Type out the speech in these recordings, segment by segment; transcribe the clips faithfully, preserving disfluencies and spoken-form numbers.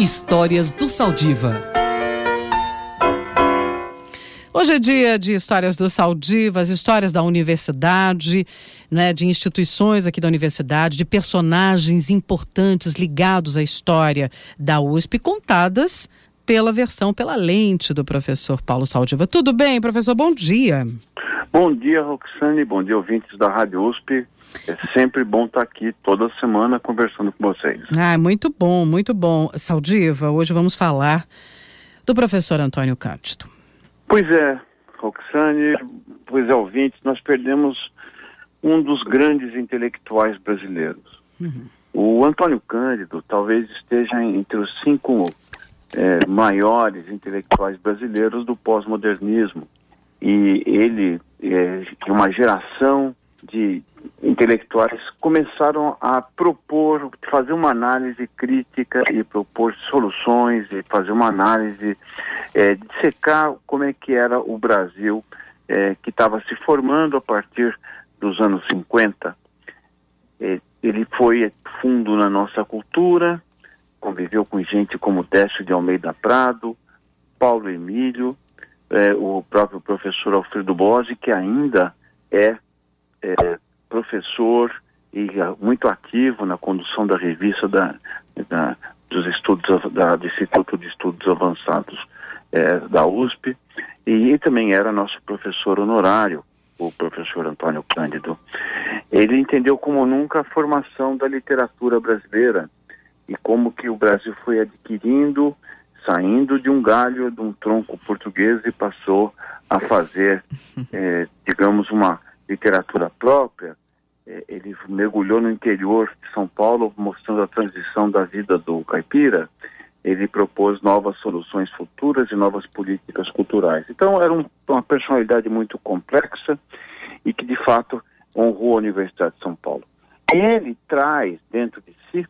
Histórias do Saldiva. Hoje é dia de histórias do Saldiva, as histórias da universidade, né, de instituições aqui da universidade, de personagens importantes ligados à história da U S P, contadas pela versão, pela lente do professor Paulo Saldiva. Tudo bem, professor? Bom dia. Bom dia, Roxane. Bom dia, ouvintes da Rádio U S P. É sempre bom estar aqui toda semana conversando com vocês. Ah, muito bom, muito bom. Saldiva, hoje vamos falar do professor Antônio Cândido. Pois é, Roxane, pois é, ouvintes, nós perdemos um dos grandes intelectuais brasileiros. Uhum. O Antônio Cândido talvez esteja entre os cinco é, maiores intelectuais brasileiros do pós-modernismo. E ele, é, uma geração de intelectuais, começaram a propor, fazer uma análise crítica e propor soluções e fazer uma análise, é, de secar como é que era o Brasil, é, que estava se formando a partir dos anos cinquenta. É, ele foi fundo na nossa cultura, conviveu com gente como Décio de Almeida Prado, Paulo Emílio, é, o próprio professor Alfredo Bozzi, que ainda é, é professor e muito ativo na condução da revista da, da, dos estudos da, do Instituto de Estudos Avançados é, da U S P, e, e também era nosso professor honorário, o professor Antônio Cândido. Ele entendeu como nunca a formação da literatura brasileira e como que o Brasil foi adquirindo, saindo de um galho, de um tronco português, e passou a fazer, é, digamos, uma literatura própria. Ele mergulhou no interior de São Paulo, mostrando a transição da vida do caipira. Ele propôs novas soluções futuras e novas políticas culturais. Então, era um, uma personalidade muito complexa e que, de fato, honrou a Universidade de São Paulo. Ele traz dentro de si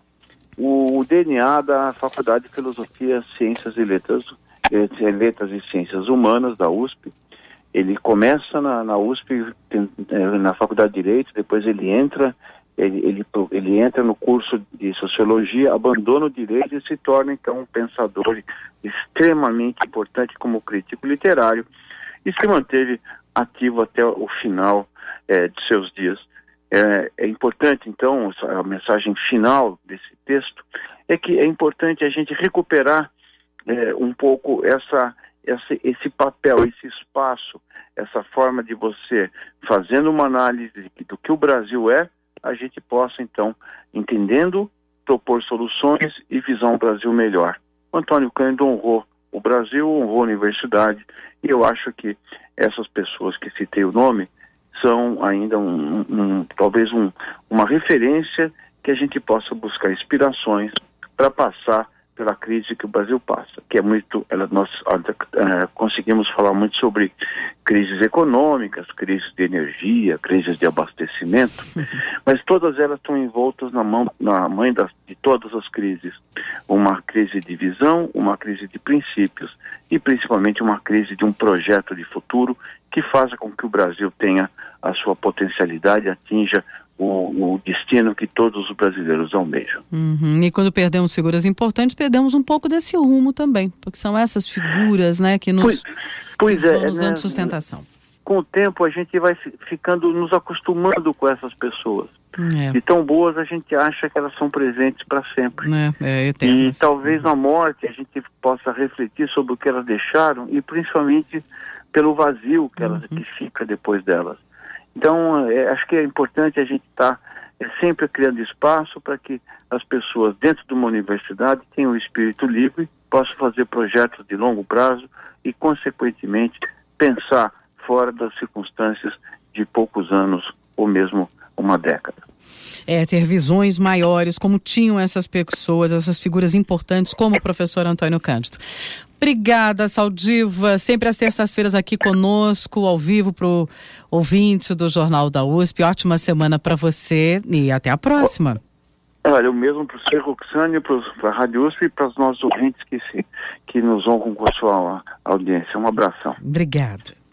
o, o D N A da Faculdade de Filosofia, Ciências e Letras, eh, Letras e Ciências Humanas, da U S P. Ele começa na, na U S P, tem, na Faculdade de Direito, depois ele entra, ele, ele, ele entra no curso de Sociologia, abandona o Direito e se torna, então, um pensador extremamente importante como crítico literário e se manteve ativo até o final é, de seus dias. É, é importante, então, a mensagem final desse texto é que é importante a gente recuperar é, um pouco essa... Esse, esse papel, esse espaço, essa forma de você, fazendo uma análise do que o Brasil é, a gente possa, então, entendendo, propor soluções e visar um Brasil melhor. O Antônio Cândido honrou o Brasil, honrou a universidade, e eu acho que essas pessoas que citei o nome são ainda, um, um, talvez, um, uma referência que a gente possa buscar inspirações para passar pela crise que o Brasil passa, que é muito, ela, nós uh, conseguimos falar muito sobre crises econômicas, crises de energia, crises de abastecimento, mas todas elas estão envoltas na mão, na mãe das, de todas as crises. Uma crise de visão, uma crise de princípios e principalmente uma crise de um projeto de futuro que faça com que o Brasil tenha a sua potencialidade, atinja O, o destino que todos os brasileiros almejam. Uhum. E quando perdemos figuras importantes, perdemos um pouco desse rumo também, porque são essas figuras, né, que nos, pois, pois que é, vão nos né, dando sustentação. Com o tempo a gente vai ficando, nos acostumando com essas pessoas. É. De tão boas a gente acha que elas são presentes para sempre. É, é eterno. E talvez na morte a gente possa refletir sobre o que elas deixaram e principalmente pelo vazio que, elas, uhum. que fica depois delas. Então, é, acho que é importante a gente estar tá, é, sempre criando espaço para que as pessoas dentro de uma universidade tenham o espírito livre, possam fazer projetos de longo prazo e, consequentemente, pensar fora das circunstâncias de poucos anos ou mesmo uma década. É, ter visões maiores, como tinham essas pessoas, essas figuras importantes, como o professor Antônio Cândido. Obrigada, Saldiva, sempre às terças-feiras aqui conosco, ao vivo, para o ouvinte do Jornal da U S P. Ótima semana para você e até a próxima. Olha, o mesmo para o senhor Roxane, para a Rádio U S P e para os nossos ouvintes que, se, que nos honram com a sua audiência. Um abração. Obrigada.